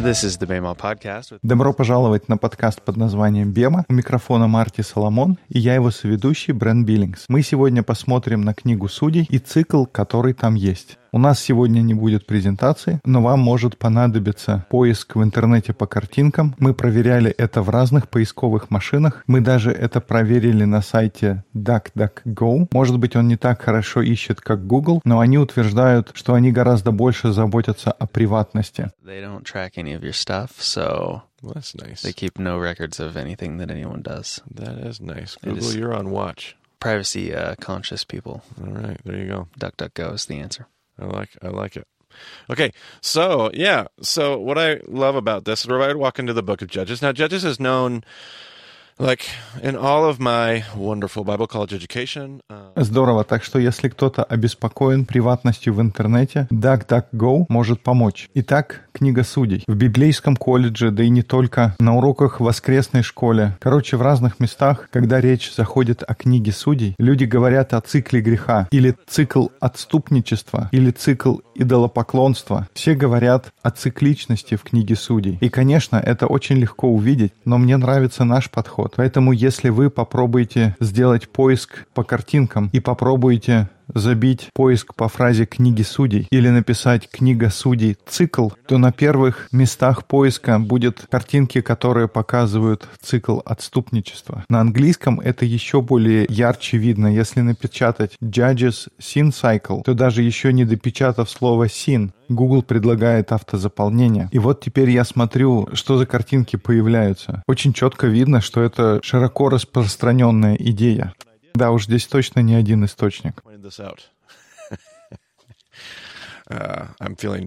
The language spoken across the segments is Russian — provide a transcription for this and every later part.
This is the BEMA podcast. Добро пожаловать на подкаст под названием «Бема». У микрофона Марти Соломон, и я его соведущий Брент Биллингс. Мы сегодня посмотрим на книгу Судей и цикл, который там есть. У нас сегодня не будет презентации, но вам может понадобиться поиск в интернете по картинкам. Мы проверяли это в разных поисковых машинах. Мы даже это проверили на сайте DuckDuckGo. Может быть, он не так хорошо ищет, как Google, но они утверждают, что они гораздо больше заботятся о приватности. They don't track any of your stuff, so Well, that's nice. they keep no records of anything that anyone does. That is nice. It Google, is. you're on watch. Privacy conscious people. All right, there you go. DuckDuckGo is the answer. I like it. Okay, so what I love about this is I would walk into the book of Judges. Now, Judges is known, like, in all of my wonderful Bible college education. Здорово, так что если кто-то обеспокоен приватностью в интернете, DuckDuckGo может помочь. Итак, книга Судей. В библейском колледже, да и не только, на уроках в воскресной школе. Короче, в разных местах, когда речь заходит о книге Судей, люди говорят о цикле греха, или цикл отступничества, или цикл идолопоклонства. Все говорят о цикличности в книге Судей. И, конечно, это очень легко увидеть, но мне нравится наш подход. Поэтому, если вы попробуете сделать поиск по картинкам и попробуете забить поиск по фразе «Книги Судей» или написать «Книга Судей. Цикл», то на первых местах поиска будут картинки, которые показывают цикл отступничества. На английском это еще более ярче видно. Если напечатать «Judges Sin Cycle», то даже еще не допечатав слово «sin», Google предлагает автозаполнение. И вот теперь я смотрю, что за картинки появляются. Очень четко видно, что это широко распространенная идея. Да уж, здесь точно не один источник. I'm feeling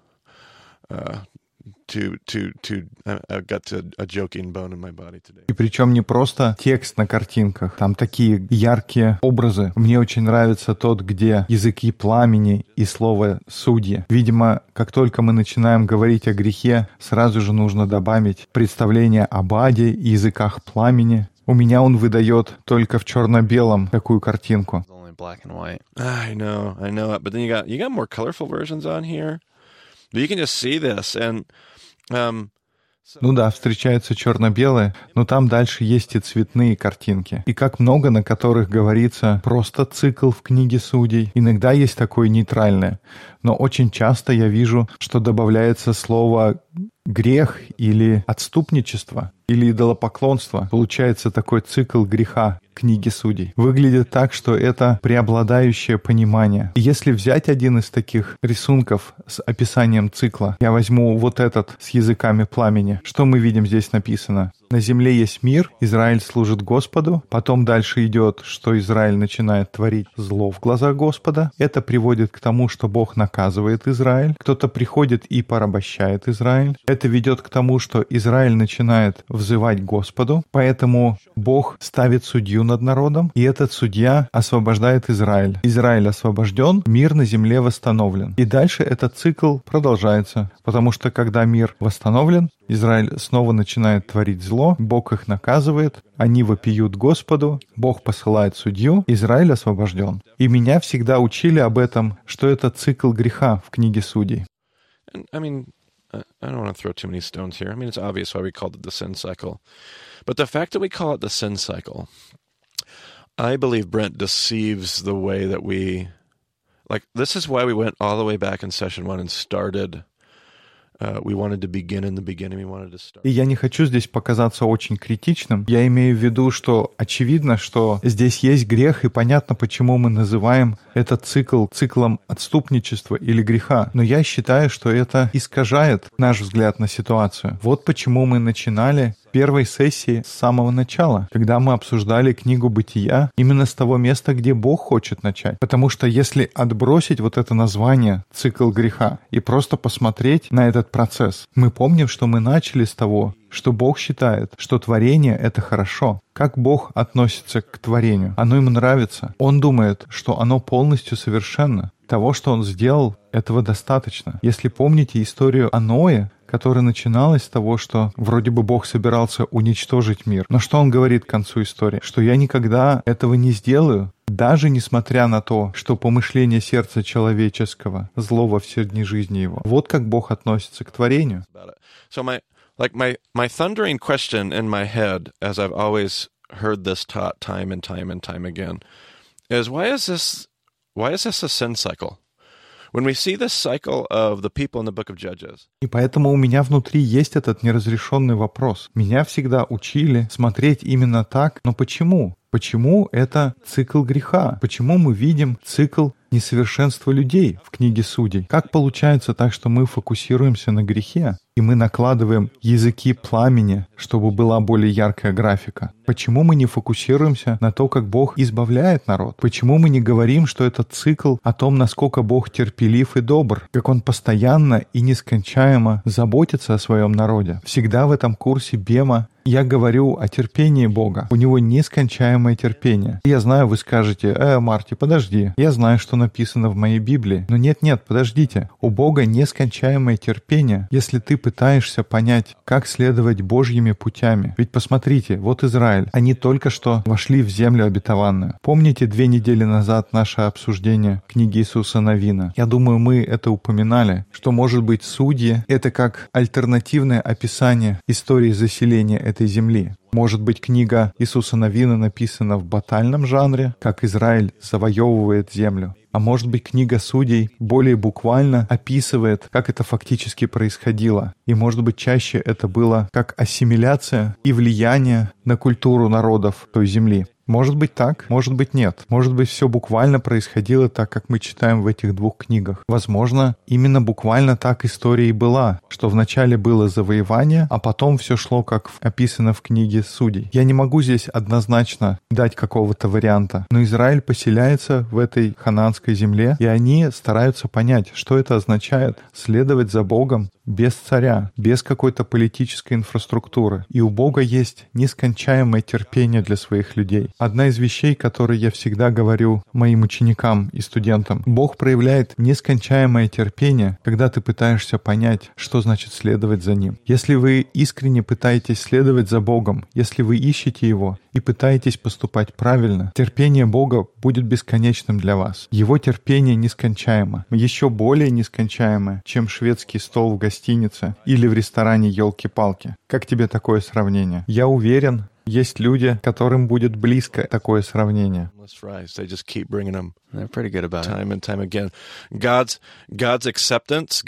I've got a joking bone in my body today. И причем не просто текст на картинках, там такие яркие образы. Мне очень нравится тот, где языки пламени и слово «судьи». Видимо, как только мы начинаем говорить о грехе, сразу же нужно добавить представление об аде и языках пламени. У меня он выдает только в черно-белом такую картинку. Only black and white. I know, but then you got more colorful versions on here. But you can just see this, and Ну да, встречаются черно-белые, но там дальше есть и цветные картинки. И как много, на которых говорится просто цикл в книге Судей. Иногда есть такое нейтральное, но очень часто я вижу, что добавляется слово грех или отступничество, или идолопоклонство. Получается такой цикл греха книги Судей. Выглядит так, что это преобладающее понимание. И если взять один из таких рисунков с описанием цикла, я возьму вот этот с языками пламени. Что мы видим здесь написано? На земле есть мир, Израиль служит Господу. Потом дальше идет, что Израиль начинает творить зло в глазах Господа. Это приводит к тому, что Бог наказывает Израиль. Кто-то приходит и порабощает Израиль. Это ведет к тому, что Израиль начинает взывать Господу. Поэтому Бог ставит судью над народом, и этот судья освобождает Израиль. Израиль освобожден, мир на земле восстановлен. И дальше этот цикл продолжается, потому что когда мир восстановлен, Израиль снова начинает творить зло, Бог их наказывает, они вопиют Господу, Бог посылает судью, Израиль освобожден. И меня всегда учили об этом, что это цикл греха в книге Судей. I don't want to throw too many stones here. I mean, it's obvious why we called it the sin cycle. But the fact that we call it the sin cycle, I believe Brent deceives the way that we... Like, this is why we went all the way back in session 1 and started... We wanted to begin in the beginning. We wanted to start. И я не хочу здесь показаться очень критичным. Я имею в виду, что очевидно, что здесь есть грех, и понятно, почему мы называем этот цикл циклом отступничества или греха. Но я считаю, что это искажает наш взгляд на ситуацию. Вот почему мы начинали первой сессии с самого начала, когда мы обсуждали книгу Бытия именно с того места, где Бог хочет начать. Потому что если отбросить вот это название «цикл греха» и просто посмотреть на этот процесс, мы помним, что мы начали с того, что Бог считает, что творение — это хорошо. Как Бог относится к творению? Оно ему нравится. Он думает, что оно полностью совершенно. Того, что он сделал, этого достаточно. Если помните историю о Ное, которая начиналась с того, что вроде бы Бог собирался уничтожить мир. Но что он говорит к концу истории? Что я никогда этого не сделаю. Даже несмотря на то, что помышление сердца человеческого зло во все дни жизни его. Вот как Бог относится к творению. So my thundering question in my head, as I've always heard this taught time and time and time again, is why is this a sin cycle? When we see this cycle of the people in the book of Judges. И поэтому у меня внутри есть этот неразрешенный вопрос. Меня всегда учили смотреть именно так, но почему? Почему это цикл греха? Почему мы видим цикл несовершенства людей в книге Судей? Как получается так, что мы фокусируемся на грехе, и мы накладываем языки пламени, чтобы была более яркая графика? Почему мы не фокусируемся на то, как Бог избавляет народ? Почему мы не говорим, что это цикл о том, насколько Бог терпелив и добр, как Он постоянно и нескончаемо заботится о своем народе? Всегда в этом курсе Бема я говорю о терпении Бога. У Него нескончаемое терпение. Я знаю, вы скажете: Марти, подожди. Я знаю, что написано в моей Библии. Но нет, подождите. У Бога нескончаемое терпение, если ты пытаешься понять, как следовать Божьими путями. Ведь посмотрите, вот Израиль. Они только что вошли в землю обетованную. Помните 2 недели назад наше обсуждение книги Иисуса Навина? Я думаю, мы это упоминали, что, может быть, судьи — это как альтернативное описание истории заселения этой земли. Может быть, книга Иисуса Навина написана в батальном жанре, как Израиль завоевывает землю. А может быть, книга Судей более буквально описывает, как это фактически происходило. И может быть, чаще это было как ассимиляция и влияние на культуру народов той земли. Может быть так, может быть нет. Может быть, все буквально происходило так, как мы читаем в этих 2 книгах. Возможно, именно буквально так история и была, что вначале было завоевание, а потом все шло, как описано в книге Судей. Я не могу здесь однозначно дать какого-то варианта, но Израиль поселяется в этой ханаанской земле, и они стараются понять, что это означает следовать за Богом без царя, без какой-то политической инфраструктуры. И у Бога есть нескончаемое терпение для своих людей. Одна из вещей, которые я всегда говорю моим ученикам и студентам: Бог проявляет нескончаемое терпение, когда ты пытаешься понять, что значит следовать за Ним. Если вы искренне пытаетесь следовать за Богом, если вы ищете Его и пытаетесь поступать правильно, терпение Бога будет бесконечным для вас. Его терпение нескончаемо, еще более нескончаемое, чем шведский стол в гостинице или в ресторане «Елки-палки». Как тебе такое сравнение? Я уверен, есть люди, которым будет близко такое сравнение. They just keep bringing them. They're pretty good about time and time again. God's acceptance,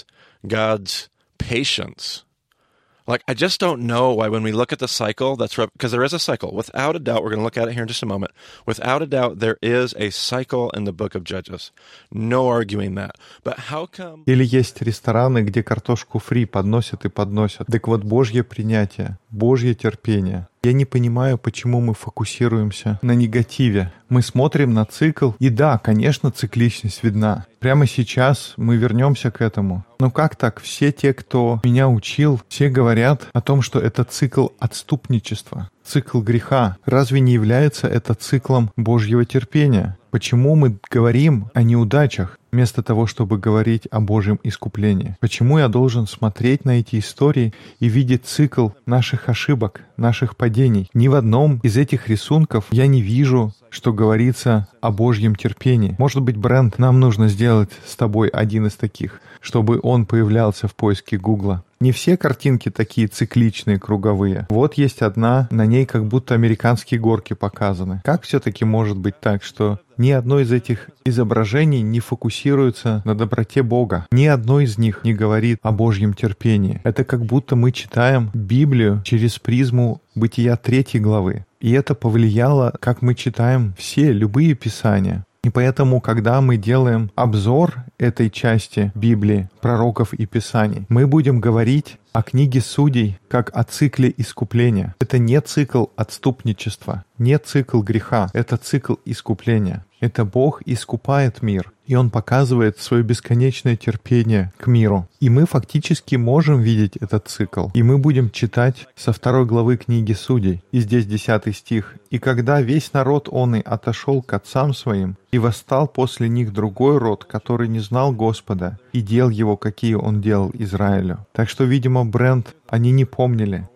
God's patience. Like, I just don't know why when we look at the cycle, because there is a cycle. Without a doubt, we're going to look at it here in just a moment. Without a doubt, there is a cycle in the book of Judges. No arguing that. But how come... Или есть рестораны, где картошку фри подносят и подносят. Так вот, Божье принятие, Божье терпение. Я не понимаю, почему мы фокусируемся на негативе. Мы смотрим на цикл, и да, конечно, цикличность видна. Прямо сейчас мы вернемся к этому. Но как так? Все те, кто меня учил, все говорят о том, что это цикл отступничества, цикл греха. Разве не является это циклом Божьего терпения? Почему мы говорим о неудачах, вместо того, чтобы говорить о Божьем искуплении? Почему я должен смотреть на эти истории и видеть цикл наших ошибок, наших падений? Ни в одном из этих рисунков я не вижу, что говорится о Божьем терпении. Может быть, Брент, нам нужно сделать с тобой один из таких, чтобы он появлялся в поиске Гугла. Не все картинки такие цикличные, круговые. Вот есть одна, на ней как будто американские горки показаны. Как все-таки может быть так, что ни одно из этих изображений не фокусируется на доброте Бога? Ни одно из них не говорит о Божьем терпении. Это как будто мы читаем Библию через призму Бытия 3 главы. И это повлияло, как мы читаем любые писания. И поэтому, когда мы делаем обзор этой части Библии, пророков и Писаний, мы будем говорить о книге Судей как о цикле искупления. Это не цикл отступничества, не цикл греха, это цикл искупления. Это Бог искупает мир, и Он показывает свое бесконечное терпение к миру. И мы фактически можем видеть этот цикл. И мы будем читать со 2 главы книги Судей. И здесь 10 стих. «И когда весь народ он и отошел к отцам своим, и восстал после них другой род, который не знал Господа, и дел его, какие он делал Израилю». Так что, видимо, Брент, они не помнили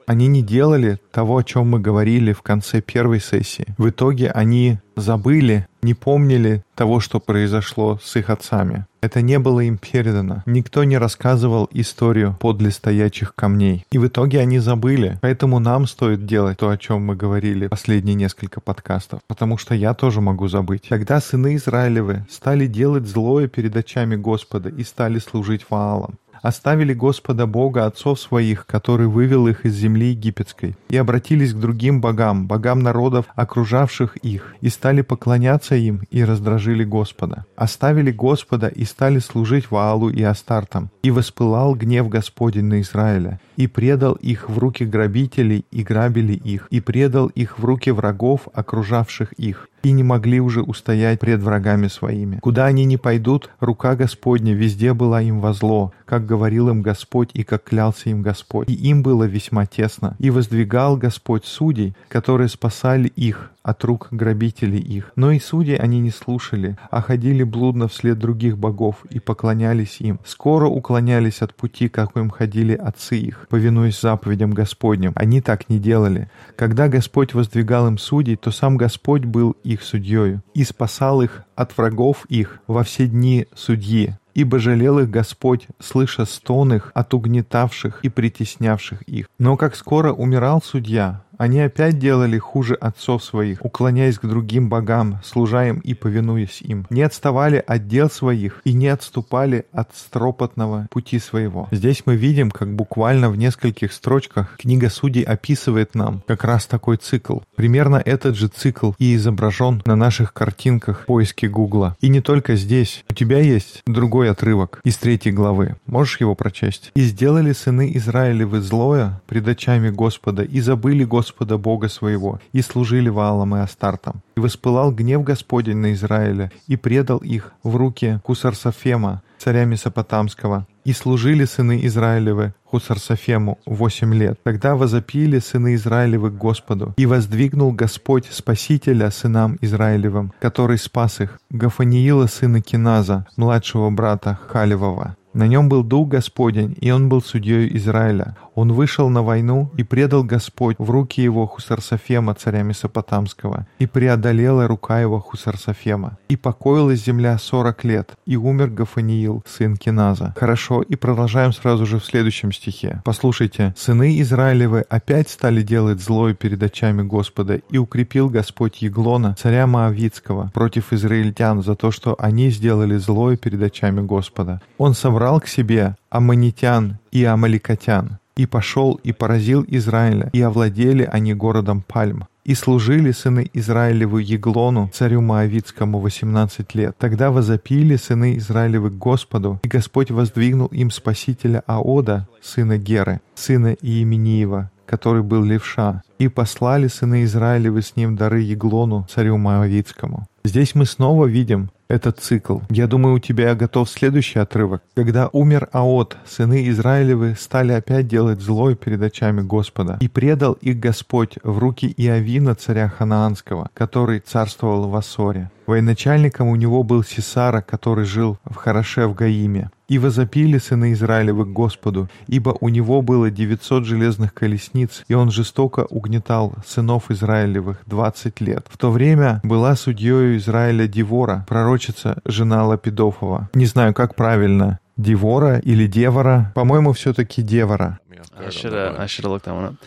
Они не делали того, о чем мы говорили в конце первой сессии. В итоге они забыли, не помнили того, что произошло с их отцами. Это не было им передано. Никто не рассказывал историю подле стоячих камней. И в итоге они забыли. Поэтому нам стоит делать то, о чем мы говорили последние несколько подкастов. Потому что я тоже могу забыть. Тогда сыны Израилевы стали делать злое перед очами Господа и стали служить Ваалам. Оставили Господа Бога отцов своих, который вывел их из земли египетской, и обратились к другим богам, богам народов, окружавших их, и стали поклоняться им, и раздражили Господа. Оставили Господа и стали служить Ваалу и Астартам. И воспылал гнев Господень на Израиля, и предал их в руки грабителей, и грабили их, и предал их в руки врагов, окружавших их, и не могли уже устоять пред врагами своими. Куда они ни пойдут, рука Господня везде была им во зло, как говорил им Господь и как клялся им Господь. И им было весьма тесно. И воздвигал Господь судей, которые спасали их от рук грабителей их. Но и судей они не слушали, а ходили блудно вслед других богов и поклонялись им. Скоро уклонялись от пути, как им ходили отцы их, повинуясь заповедям Господним. Они так не делали. Когда Господь воздвигал им судей, то сам Господь был их судьёю и спасал их от врагов их во все дни судьи. Ибо жалел их Господь, слыша стон их от угнетавших и притеснявших их. Но как скоро умирал судья, они опять делали хуже отцов своих, уклоняясь к другим богам, служа им и повинуясь им. Не отставали от дел своих и не отступали от стропотного пути своего. Здесь мы видим, как буквально в нескольких строчках книга Судей описывает нам как раз такой цикл. Примерно этот же цикл и изображен на наших картинках в поиске Гугла. И не только здесь. У тебя есть другой отрывок из 3 главы. Можешь его прочесть? «И сделали сыны Израилевы злое пред очами Господа, и забыли Господа Бога своего, и служили Ваалам и Астартам. И воспылал гнев Господень на Израиля, и предал их в руки Хусарсафема, царя Месопотамского. И служили сыны Израилевы Хусарсафему 8 лет. Тогда возопили сыны Израилевы к Господу, и воздвигнул Господь Спасителя сынам Израилевым, который спас их, Гафаниила сына Киназа, младшего брата Халевова. На нем был дух Господень, и он был судьей Израиля. Он вышел на войну, и предал Господь в руки его Хусарсафема, царя Месопотамского, и преодолела рука его Хусарсафема. И покоилась земля 40 лет, и умер Гафаниил, сын Киназа». Хорошо, и продолжаем сразу же в следующем стихе. Послушайте. «Сыны Израилевы опять стали делать злое перед очами Господа, и укрепил Господь Еглона, царя Моавитского, против израильтян за то, что они сделали злое перед очами Господа. Он собрал к себе аммонитян и амаликотян, и пошел и поразил Израиля, и овладели они городом Пальм. И служили сыны Израилевы Еглону, царю Моавитскому, 18 лет. Тогда возопили сыны Израилевы к Господу, и Господь воздвигнул им спасителя Аода, сына Геры, сына Иемениева, который был левша, и послали сыны Израилевы с ним дары Еглону, царю Моавитскому». Здесь мы снова видим этот цикл. Я думаю, у тебя готов следующий отрывок. «Когда умер Аод, сыны Израилевы стали опять делать злое перед очами Господа, и предал их Господь в руки Иовина, царя Ханаанского, который царствовал в Ассоре. Военачальником у него был Сисара, который жил в Хороше в Гаиме. И возопили сыны Израилевы к Господу, ибо у него было 900 железных колесниц, и он жестоко угнетал сынов Израилевых 20 лет. В то время была судьёю Израиля Девора, пророчица, жена Лапидофова». Не знаю, как правильно, Девора или Девора. По-моему, все-таки Девора. I should have looked that one up.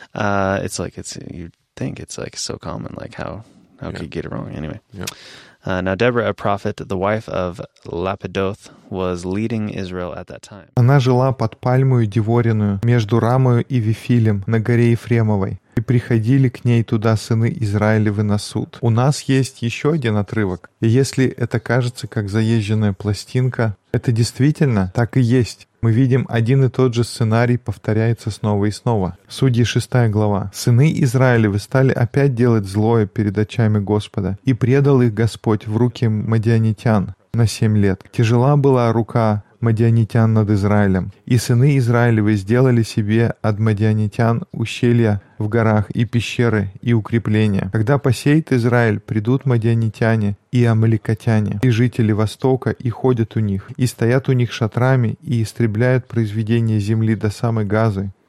You think it's like so common, like how could you get it wrong anyway? Yeah. Now Deborah, a prophet, the wife of Lapidoth, was leading Israel at that time. Она жила под пальмою Девориную, между Рамою и Вифилем, на горе Ефремовой. И приходили к ней туда сыны Израилевы на суд. У нас есть еще один отрывок. И если это кажется как заезженная пластинка, это действительно так и есть. Мы видим, один и тот же сценарий повторяется снова и снова. Судьи 6 глава. «Сыны Израилевы стали опять делать злое перед очами Господа, и предал их Господь в руки мадианитян на 7 лет. Тяжела была рука мадианитян над Израилем, и сыны Израилевы сделали себе от мадианитян ущелья в горах и пещеры и укрепления. Когда посеет Израиль, придут мадианитяне и амаликотяне, и жители Востока, и ходят у них, и стоят у них шатрами, и истребляют произведения земли до самой Газы,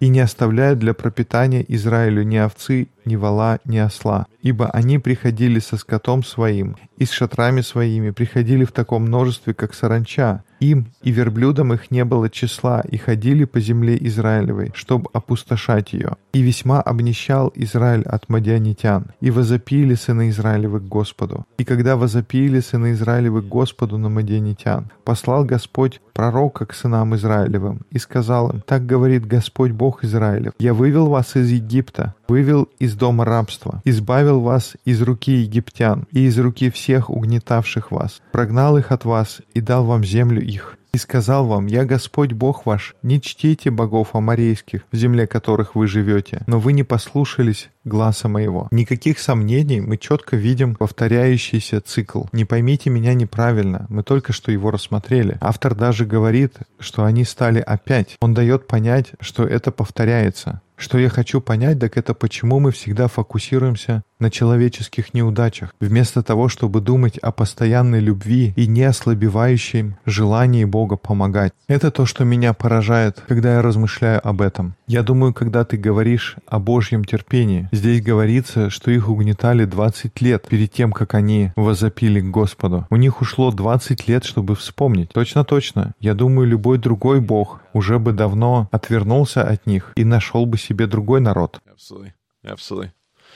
и не оставляют для пропитания Израилю ни овцы, ни вола, ни осла. Ибо они приходили со скотом своим, и с шатрами своими приходили в таком множестве, как саранча. Им и верблюдам их не было числа, и ходили по земле Израилевой, чтобы опустошать ее. И весьма обнищал Израиль от мадианитян, и возопили сыны Израилевы к Господу. И когда возопили сыны Израилевы к Господу на мадианитян, послал Господь пророка к сынам Израилевым, и сказал им: «Так говорит Господь Бог Израилев: Я вывел вас из Египта, вывел из дома рабства, избавил вас из руки египтян и из руки всех угнетавших вас, прогнал их от вас и дал вам землю их. И сказал вам: Я Господь Бог ваш, не чтите богов аморейских, в земле которых вы живете, но вы не послушались гласа моего». Никаких сомнений, мы четко видим повторяющийся цикл. Не поймите меня неправильно, мы только что его рассмотрели. Автор даже говорит, что они стали опять. Он дает понять, что это повторяется. Что я хочу понять, так это почему мы всегда фокусируемся на человеческих неудачах, вместо того, чтобы думать о постоянной любви и неослабевающем желании Бога помогать. Это то, что меня поражает, когда я размышляю об этом. Я думаю, когда ты говоришь о Божьем терпении, здесь говорится, что их угнетали 20 лет перед тем, как они возопили к Господу. У них ушло 20 лет, чтобы вспомнить. Точно. Я думаю, любой другой Бог уже бы давно отвернулся от них и нашел бы себе другой народ. Absolutely.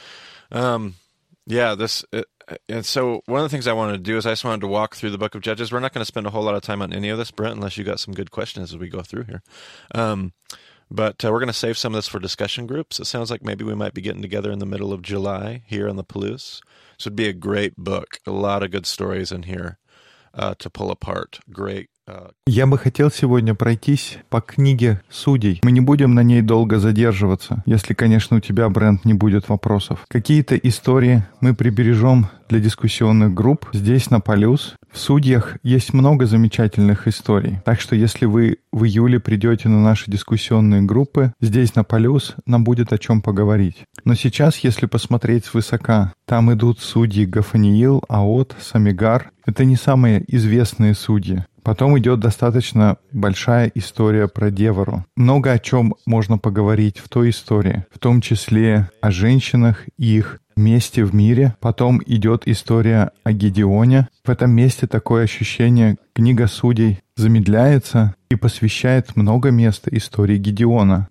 And so one of the things I wanted to do is I just wanted to walk through the book of Judges. We're not going to spend a whole lot of time on any of this, Brent, unless you got some good questions as we go through here. But we're going to save some of this for discussion groups. It sounds like maybe we might be getting together in the middle of July here on the Palouse. So it'd be a great book. A lot of good stories in here to pull apart. Great. Я бы хотел сегодня пройтись по книге Судей. Мы не будем на ней долго задерживаться, если, конечно, у тебя, Брент, не будет вопросов. Какие-то истории мы прибережем для дискуссионных групп здесь, на Палюс. В Судьях есть много замечательных историй. Так что, если вы в июле придете на наши дискуссионные группы, здесь, на Палюс, нам будет о чем поговорить. Но сейчас, если посмотреть свысока, там идут судьи Гафаниил, Аот, Самигар. Это не самые известные судьи. Потом идет достаточно большая история про Девару. Много о чем можно поговорить в той истории, в том числе о женщинах и их месте в мире. Потом идет история о Гедеоне. В этом месте такое ощущение, книга Судей замедляется и посвящает много места истории Гедеона.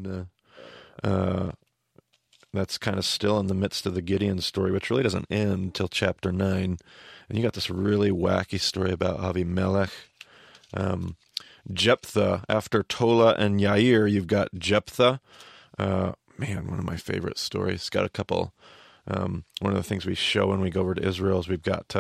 That's kind of still in the midst of the Gideon story, which really doesn't end until chapter 9. And you got this really wacky story about Avimelech. Jephthah, after Tola and Yair, you've got Jephthah. Man, one of my favorite stories. Got a couple. One of the things we show when we go over to Israel is we've got...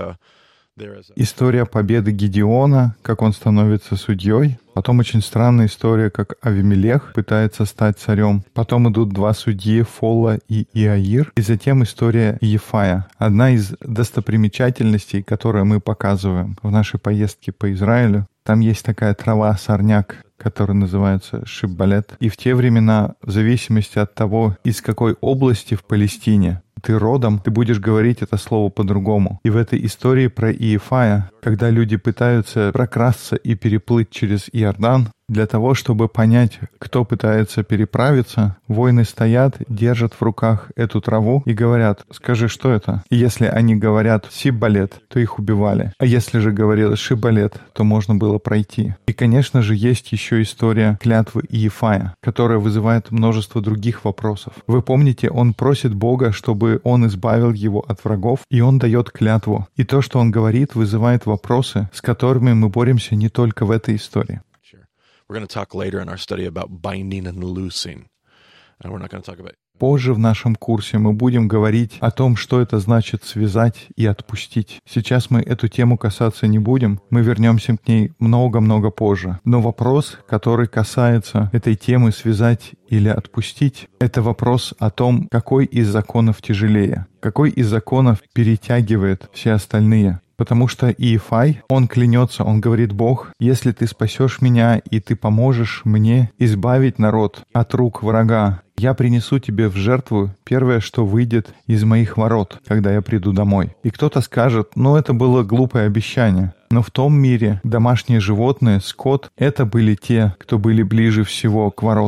История победы Гедеона, как он становится судьей. Потом очень странная история, как Авимелех пытается стать царем. Потом идут два судьи, Фола и Иаир. И затем история Ефая. Одна из достопримечательностей, которые мы показываем в нашей поездке по Израилю. Там есть такая трава, сорняк, который называется шиббалет. И в те времена, в зависимости от того, из какой области в Палестине ты родом, ты будешь говорить это слово по-другому. И в этой истории про Иефая, когда люди пытаются прокрасться и переплыть через Иордан, для того, чтобы понять, кто пытается переправиться, воины стоят, держат в руках эту траву и говорят: «Скажи, что это?» И если они говорят «сиббалет», то их убивали. А если же говорил «шиббалет», то можно было пройти. И, конечно же, есть еще история клятвы Иефая, которая вызывает множество других вопросов. Вы помните, он просит Бога, чтобы он избавил его от врагов, и он дает клятву. И то, что он говорит, вызывает вопросы, с которыми мы боремся не только в этой истории. We're going to talk later in our study about binding and loosing. We're not going to talk about... Позже в нашем курсе мы будем говорить о том, что это значит связать и отпустить. Сейчас мы эту тему касаться не будем, мы вернемся к ней много-много позже. Но вопрос, который касается этой темы связать или отпустить, это вопрос о том, какой из законов тяжелее, какой из законов перетягивает все остальные. Потому что Иефай, он клянется, он говорит: «Бог, если ты спасешь меня и ты поможешь мне избавить народ от рук врага, я принесу тебе в жертву первое, что выйдет из моих ворот, когда я приду домой». И кто-то скажет: это было глупое обещание. Но в том мире домашние животные, скот, это были те, кто были ближе всего к воротам.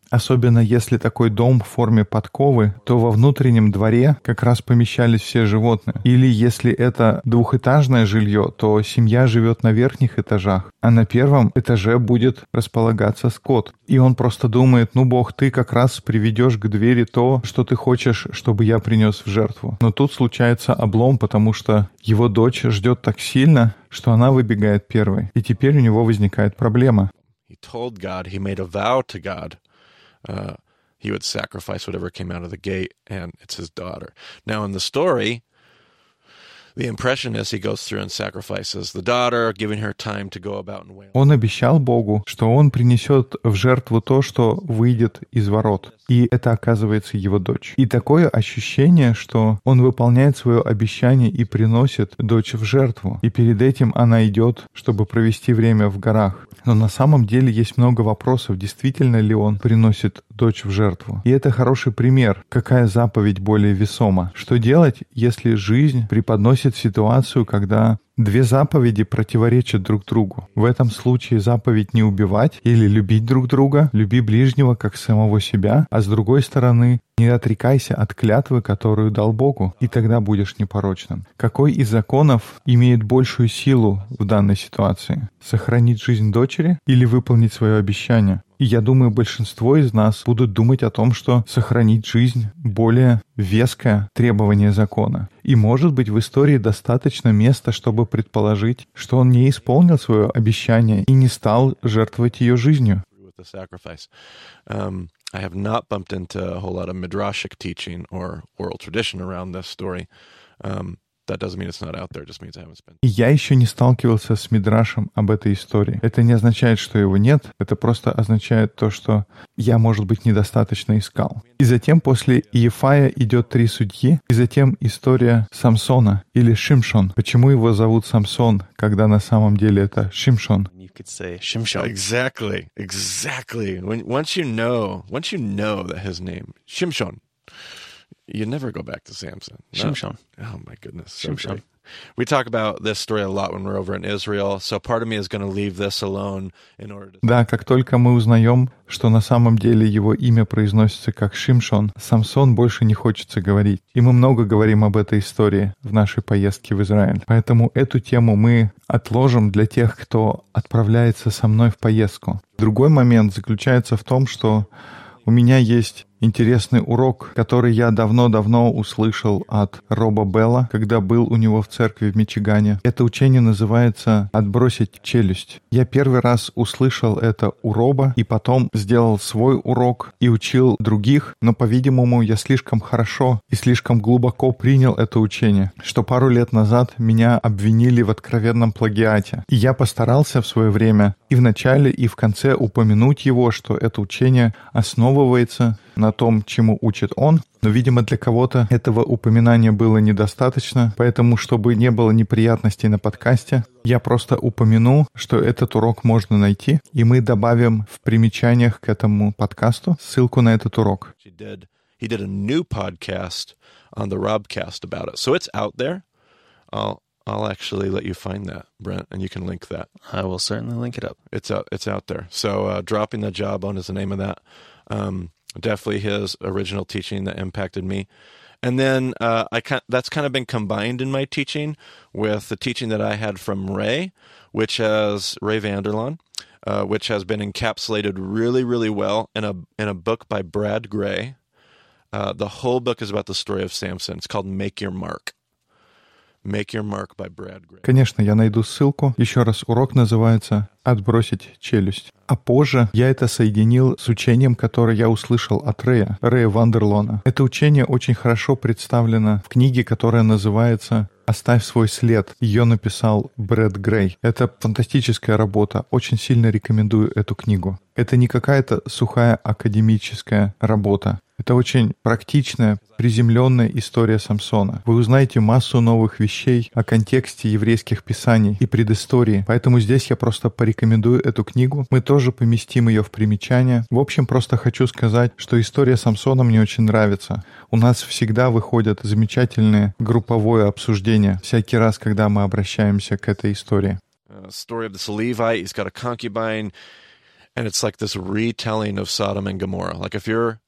Особенно если такой дом в форме подковы, то во внутреннем дворе как раз помещались все животные. Или если это двухэтажное жилье, то семья живет на верхних этажах, а на первом этаже будет располагаться скот. И он просто думает: ну, Бог, ты как раз приведешь к двери то, что ты хочешь, чтобы я принес в жертву. Но тут случается облом, потому что его дочь ждет так сильно, что она выбегает первой. И теперь у него возникает проблема. He told God, he made a vow to God. He would sacrifice whatever came out of the gate, and it's his daughter. Now, in the story, the impression is he goes through and sacrifices the daughter, giving her time to go about and wail. Он обещал Богу, что он принесет в жертву то, что выйдет из ворот. И это оказывается его дочь. И такое ощущение, что он выполняет свое обещание и приносит дочь в жертву. И перед этим она идет, чтобы провести время в горах. Но на самом деле есть много вопросов, действительно ли он приносит дочь в жертву. И это хороший пример, какая заповедь более весома. Что делать, если жизнь преподносит ситуацию, когда две заповеди противоречат друг другу? В этом случае заповедь не убивать или любить друг друга, люби ближнего как самого себя, а с другой стороны, не отрекайся от клятвы, которую дал Богу, и тогда будешь непорочным. Какой из законов имеет большую силу в данной ситуации? Сохранить жизнь дочери или выполнить свое обещание? И я думаю, большинство из нас будут думать о том, что сохранить жизнь — более веское требование закона. И, может быть, в истории достаточно места, чтобы предположить, что он не исполнил свое обещание и не стал жертвовать ее жизнью. I have not bumped into a whole lot of midrashic teaching or oral tradition around this story. That doesn't mean it's not out there, it just means I haven't spent. И я еще не сталкивался с мидрашем об этой истории. Это не означает, что его нет, это просто означает то, что я, может быть, недостаточно искал. И затем после Иефая идет 3 судьи, и затем история Самсона или Шимшон. Почему его зовут Самсон, когда на самом деле это Шимшон? You could say Shimshon. Exactly. Once you know that his name, Shimshon, you never go back to Samson. No? Shimshon. Oh my goodness. So Shimshon. great. We talk about this story a lot when we're over in Israel, so part of me is going to leave this alone in order to... Да, как только мы узнаем, что на самом деле его имя произносится как Шимшон, Самсон больше не хочется говорить. И мы много говорим об этой истории в нашей поездке в Израиль. Поэтому эту тему мы отложим для тех, кто отправляется со мной в поездку. Другой момент заключается в том, что у меня есть интересный урок, который я давно-давно услышал от Роба Белла, когда был у него в церкви в Мичигане. Это учение называется «Отбросить челюсть». Я первый раз услышал это у Роба, и потом сделал свой урок и учил других, но, по-видимому, я слишком хорошо и слишком глубоко принял это учение, что пару лет назад меня обвинили в откровенном плагиате. И я постарался в свое время и в начале, и в конце упомянуть его, что это учение основывается на том, чему учит он, но, видимо, для кого-то этого упоминания было недостаточно, поэтому, чтобы не было неприятностей на подкасте, я просто упомяну, что этот урок можно найти, и мы добавим в примечаниях к этому подкасту ссылку на этот урок. He did a new podcast on the Robcast about it, so it's out there. I'll actually let you find that, Brent, and you can link that. I will certainly link it up. It's out there. So Dropping the Jawbone is the name of that. Definitely his original teaching that impacted me. And then that's kind of been combined in my teaching with the teaching that I had from Ray, which has Ray Vanderlaan, which has been encapsulated really, really well in a book by Brad Gray. The whole book is about the story of Samson. It's called Make Your Mark. Make Your Mark by Brad Gray. Конечно, я найду ссылку. Еще раз, урок называется «Отбросить челюсть». А позже я это соединил с учением, которое я услышал от Рэя Вандерлона. Это учение очень хорошо представлено в книге, которая называется «Оставь свой след». Ее написал Брэд Грей. Это фантастическая работа. Очень сильно рекомендую эту книгу. Это не какая-то сухая академическая работа. Это очень практичная, приземленная история Самсона. Вы узнаете массу новых вещей о контексте еврейских писаний и предыстории. Поэтому здесь я просто порекомендую эту книгу. Мы тоже поместим ее в примечания. В общем, просто хочу сказать, что история Самсона мне очень нравится. У нас всегда выходят замечательные групповое обсуждения всякий раз, когда мы обращаемся к этой истории. Story of this Levite, he's got a concubine. And it's like this retelling of Sodom and Gomorrah. Like if you're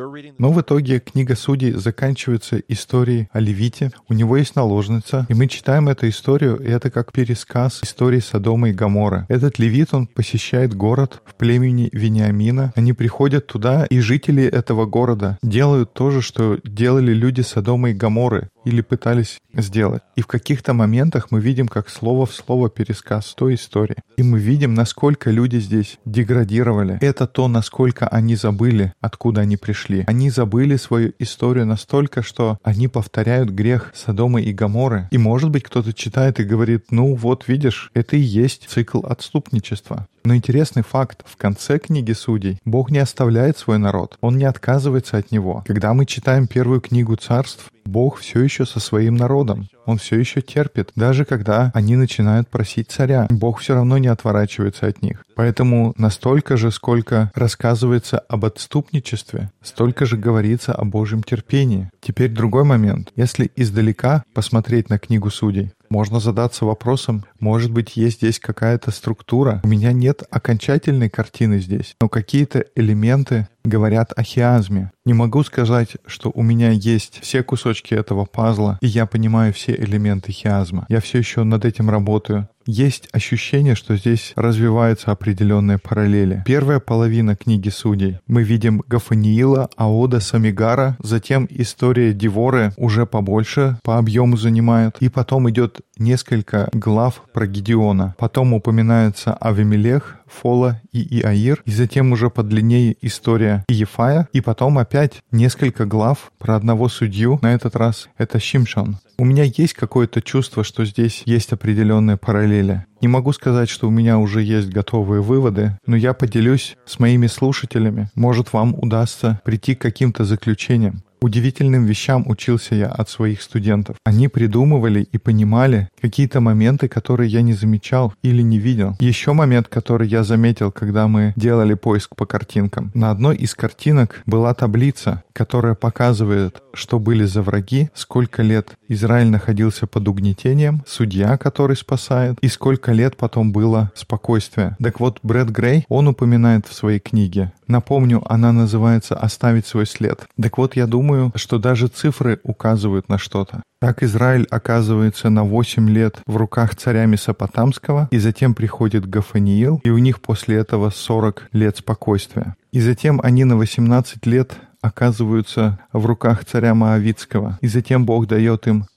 Но в итоге книга Судей заканчивается историей о Левите. У него есть наложница, и мы читаем эту историю, и это как пересказ истории Содома и Гоморры. Этот левит, он посещает город в племени Вениамина. Они приходят туда, и жители этого города делают то же, что делали люди Содома и Гоморры, или пытались сделать. И в каких-то моментах мы видим, как слово в слово пересказ той истории. И мы видим, насколько люди здесь деградировали. Это то, насколько они забыли, откуда они пришли. Они забыли свою историю настолько, что они повторяют грех Содома и Гоморры. И, может быть, кто-то читает и говорит, ну вот, видишь, это и есть цикл отступничества. Но интересный факт, в конце книги Судей Бог не оставляет свой народ, Он не отказывается от него. Когда мы читаем первую книгу Царств, Бог все еще со своим народом. Он все еще терпит, даже когда они начинают просить царя. Бог все равно не отворачивается от них. Поэтому настолько же, сколько рассказывается об отступничестве, столько же говорится о Божьем терпении. Теперь другой момент. Если издалека посмотреть на книгу Судей, можно задаться вопросом, может быть, есть здесь какая-то структура. У меня нет окончательной картины здесь, но какие-то элементы говорят о хиазме. Не могу сказать, что у меня есть все кусочки этого пазла, и я понимаю все элементы хиазма. Я все еще над этим работаю. Есть ощущение, что здесь развиваются определенные параллели. Первая половина книги Судей. Мы видим Гафаниила, Аода, Самигара, затем история Деворы уже побольше по объему занимает, и потом идет несколько глав про Гедеона. Потом упоминаются Авимелех, Фола и Иаир, и затем уже подлиннее история Иефая, и потом опять несколько глав про одного судью, на этот раз это Шимшон. У меня есть какое-то чувство, что здесь есть определенные параллели. Не могу сказать, что у меня уже есть готовые выводы, но я поделюсь с моими слушателями. Может, вам удастся прийти к каким-то заключениям. Удивительным вещам учился я от своих студентов. Они придумывали и понимали какие-то моменты, которые я не замечал или не видел. Еще момент, который я заметил, когда мы делали поиск по картинкам. На одной из картинок была таблица, которая показывает, что были за враги, сколько лет Израиль находился под угнетением, судья, который спасает, и сколько лет потом было спокойствия. Так вот, Брэд Грей, он упоминает в своей книге. Напомню, она называется «Оставить свой след». Так вот, я думаю, что даже цифры указывают на что-то. Так Израиль оказывается на 8 лет в руках царя Месопотамского, и затем приходит Гафаниил, и у них после этого 40 лет спокойствия. И затем они на 18 лет оказываются в руках царя Моавитского, и затем Бог дает им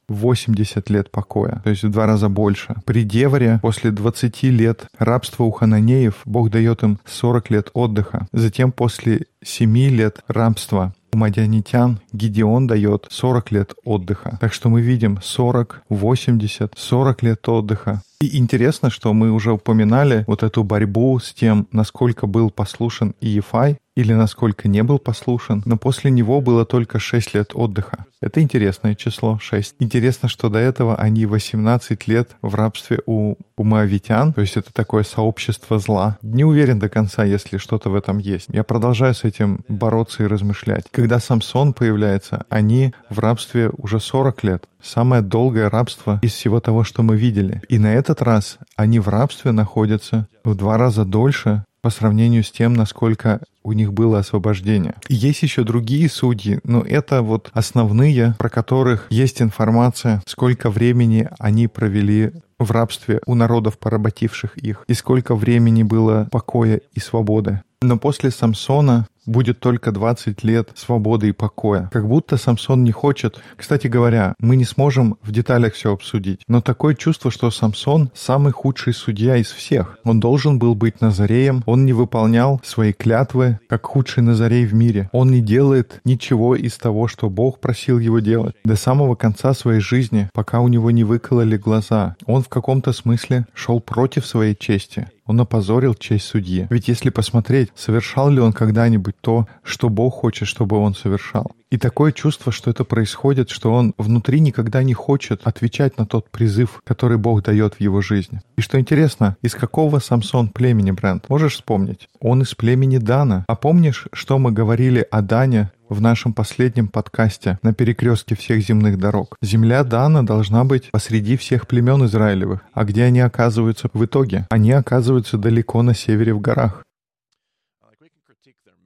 80 лет покоя, то есть в 2 раза больше. При Деворе после 20 лет рабства у хананеев Бог дает им 40 лет отдыха. Затем после 7 лет рабства у мадианитян Гедеон дает 40 лет отдыха. Так что мы видим 40, 80, 40 лет отдыха. И интересно, что мы уже упоминали вот эту борьбу с тем, насколько был послушен Иефай или насколько не был послушен, но после него было только 6 лет отдыха. Это интересное число, 6. Интересно, что до этого они 18 лет в рабстве у моавитян, то есть это такое сообщество зла. Не уверен до конца, если что-то в этом есть. Я продолжаю с этим бороться и размышлять. Когда Самсон появляется, они в рабстве уже 40 лет. Самое долгое рабство из всего того, что мы видели. И на этот раз они в рабстве находятся в 2 раза дольше по сравнению с тем, насколько у них было освобождение. И есть еще другие судьи, но это вот основные, про которых есть информация, сколько времени они провели в рабстве у народов, поработивших их, и сколько времени было покоя и свободы. Но после Самсона будет только 20 лет свободы и покоя. Как будто Самсон не хочет. Кстати говоря, мы не сможем в деталях все обсудить, но такое чувство, что Самсон самый худший судья из всех. Он должен был быть назареем, он не выполнял свои клятвы, как худший назарей в мире. Он не делает ничего из того, что Бог просил его делать. До самого конца своей жизни, пока у него не выкололи глаза, он в каком-то смысле шел против своей чести. Он опозорил честь судьи. Ведь если посмотреть, совершал ли он когда-нибудь то, что Бог хочет, чтобы он совершал. И такое чувство, что это происходит, что он внутри никогда не хочет отвечать на тот призыв, который Бог дает в его жизни. И что интересно, из какого Самсон племени, Брент? Можешь вспомнить? Он из племени Дана. А помнишь, что мы говорили о Дане в нашем последнем подкасте на перекрестке всех земных дорог? Земля Дана должна быть посреди всех племен Израилевых. А где они оказываются в итоге? Они оказываются далеко на севере в горах.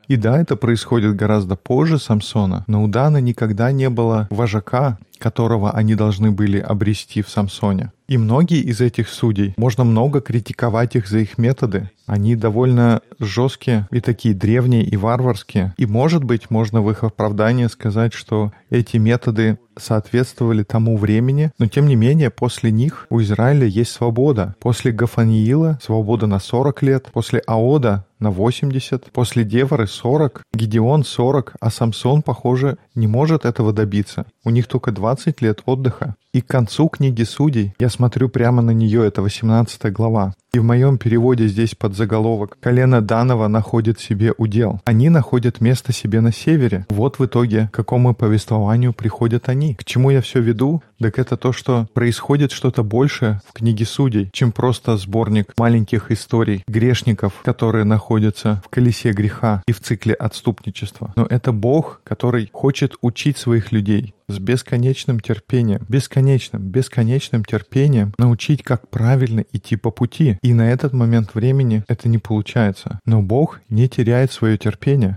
И да, это происходит гораздо позже Самсона, но у Дана никогда не было вожака, которого они должны были обрести в Самсоне. И многие из этих судей, можно много критиковать их за их методы. Они довольно жесткие и такие древние и варварские. И, может быть, можно в их оправдание сказать, что эти методы соответствовали тому времени, но, тем не менее, после них у Израиля есть свобода. После Гафаниила свобода на 40 лет, после Аода на 80, после Девары 40, Гидеон 40, а Самсон, похоже, не может этого добиться. У них только 20 лет отдыха. И к концу книги Судей, я смотрю прямо на нее, это 18 глава, и в моем переводе здесь подзаголовок «Колено Данова находит себе удел». Они находят место себе на севере. Вот в итоге, к какому повествованию приходят они. К чему я все веду? Так это то, что происходит что-то большее в книге Судей, чем просто сборник маленьких историй грешников, которые находятся в колесе греха и в цикле отступничества. Но это Бог, который хочет учить своих людей с бесконечным терпением, бесконечным терпением научить, как правильно идти по пути. И на этот момент времени это не получается. Но Бог не теряет свое терпение.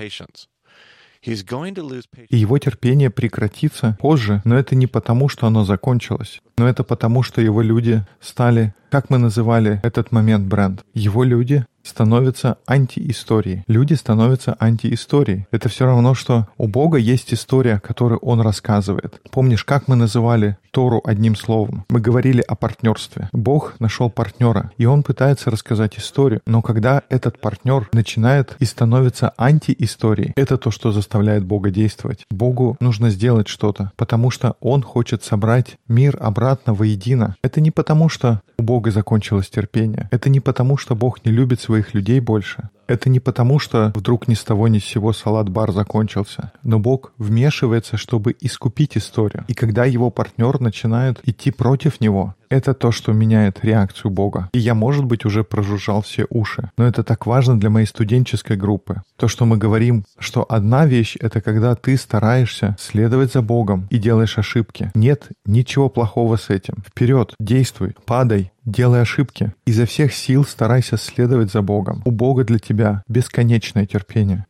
И его терпение прекратится позже, но это не потому, что оно закончилось, но это потому, что его люди стали, как мы называли этот момент, Брент, его люди становятся антиисторией. Люди становятся антиисторией. Это все равно, что у Бога есть история, которую Он рассказывает. Помнишь, как мы называли Тору одним словом? Мы говорили о партнерстве. Бог нашел партнера, и Он пытается рассказать историю. Но когда этот партнер начинает и становится антиисторией, это то, что заставляет Бога действовать. Богу нужно сделать что-то, потому что Он хочет собрать мир обратно воедино. Это не потому, что у Бога закончилось терпение. Это не потому, что Бог не любит своих людей больше. Это не потому, что вдруг ни с того ни с сего салат-бар закончился. Но Бог вмешивается, чтобы искупить историю. И когда его партнер начинает идти против него, это то, что меняет реакцию Бога. И я, может быть, уже прожужжал все уши. Но это так важно для моей студенческой группы. То, что мы говорим, что одна вещь — это когда ты стараешься следовать за Богом и делаешь ошибки. Нет ничего плохого с этим. Вперед, действуй, падай, делай ошибки. Изо всех сил старайся следовать за Богом. У Бога для тебя бесконечное терпение.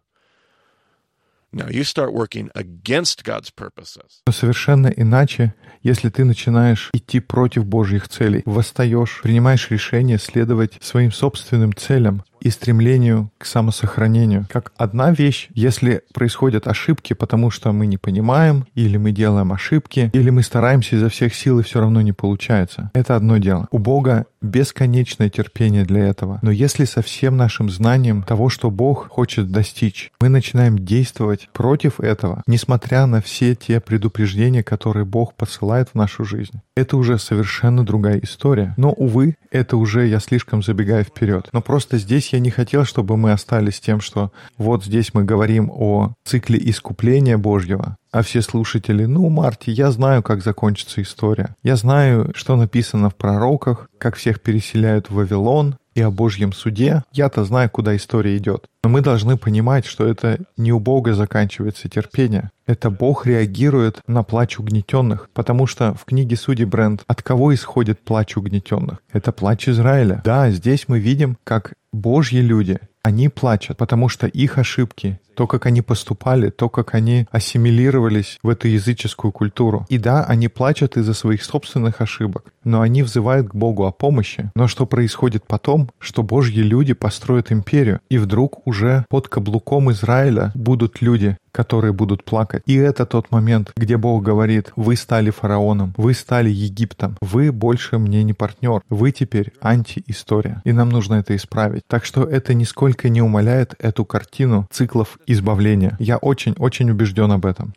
Now you start working against God's purposes. Но совершенно иначе, если ты начинаешь идти против Божьих целей, восстаешь, принимаешь решение следовать своим собственным целям и стремлению к самосохранению. Как одна вещь, если происходят ошибки, потому что мы не понимаем, или мы делаем ошибки, или мы стараемся изо всех сил, и все равно не получается. Это одно дело. У Бога бесконечное терпение для этого. Но если со всем нашим знанием того, что Бог хочет достичь, мы начинаем действовать против этого, несмотря на все те предупреждения, которые Бог посылает в нашу жизнь, это уже совершенно другая история. Но, увы, это уже я слишком забегаю вперед. Но просто здесь я не хотел, чтобы мы остались тем, что вот здесь мы говорим о цикле искупления Божьего, а все слушатели: ну, Марти, я знаю, как закончится история. Я знаю, что написано в пророках, как всех переселяют в Вавилон, и о Божьем суде. Я-то знаю, куда история идет. Но мы должны понимать, что это не у Бога заканчивается терпение. Это Бог реагирует на плач угнетенных. Потому что в книге Судей, Брент, от кого исходит плач угнетенных? Это плач Израиля. Да, здесь мы видим, как Божьи люди, они плачут, потому что их ошибки, то, как они поступали, то, как они ассимилировались в эту языческую культуру. И да, они плачут из-за своих собственных ошибок, но они взывают к Богу о помощи. Но что происходит потом? Что Божьи люди построят империю, и вдруг уже под каблуком Израиля будут люди, которые будут плакать. И это тот момент, где Бог говорит: вы стали фараоном, вы стали Египтом, вы больше мне не партнер, вы теперь антиистория. И нам нужно это исправить. Так что это нисколько не умаляет эту картину циклов избавления. Я очень-очень убежден об этом.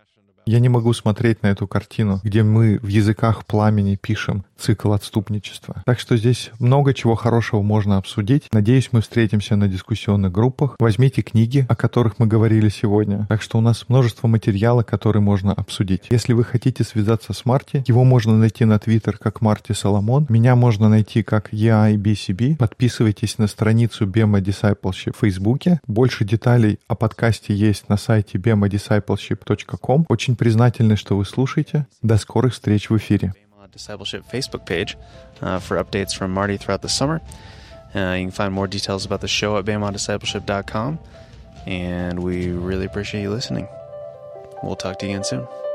Я не могу смотреть на эту картину, где мы в языках пламени пишем цикл отступничества. Так что здесь много чего хорошего можно обсудить. Надеюсь, мы встретимся на дискуссионных группах. Возьмите книги, о которых мы говорили сегодня. Так что у нас множество материала, который можно обсудить. Если вы хотите связаться с Марти, его можно найти на Twitter как Марти Соломон. Меня можно найти как EIBCB. Подписывайтесь на страницу Bema Discipleship в Фейсбуке. Больше деталей о подкасте есть на сайте bemadiscipleship.com. Очень признательны, что вы слушаете. До скорых встреч в эфире. Discipleship Facebook page for updates from Marty throughout the summer. You can find more details about the show at BamondDiscipleship.com. And we really appreciate you listening. We'll talk to you again soon.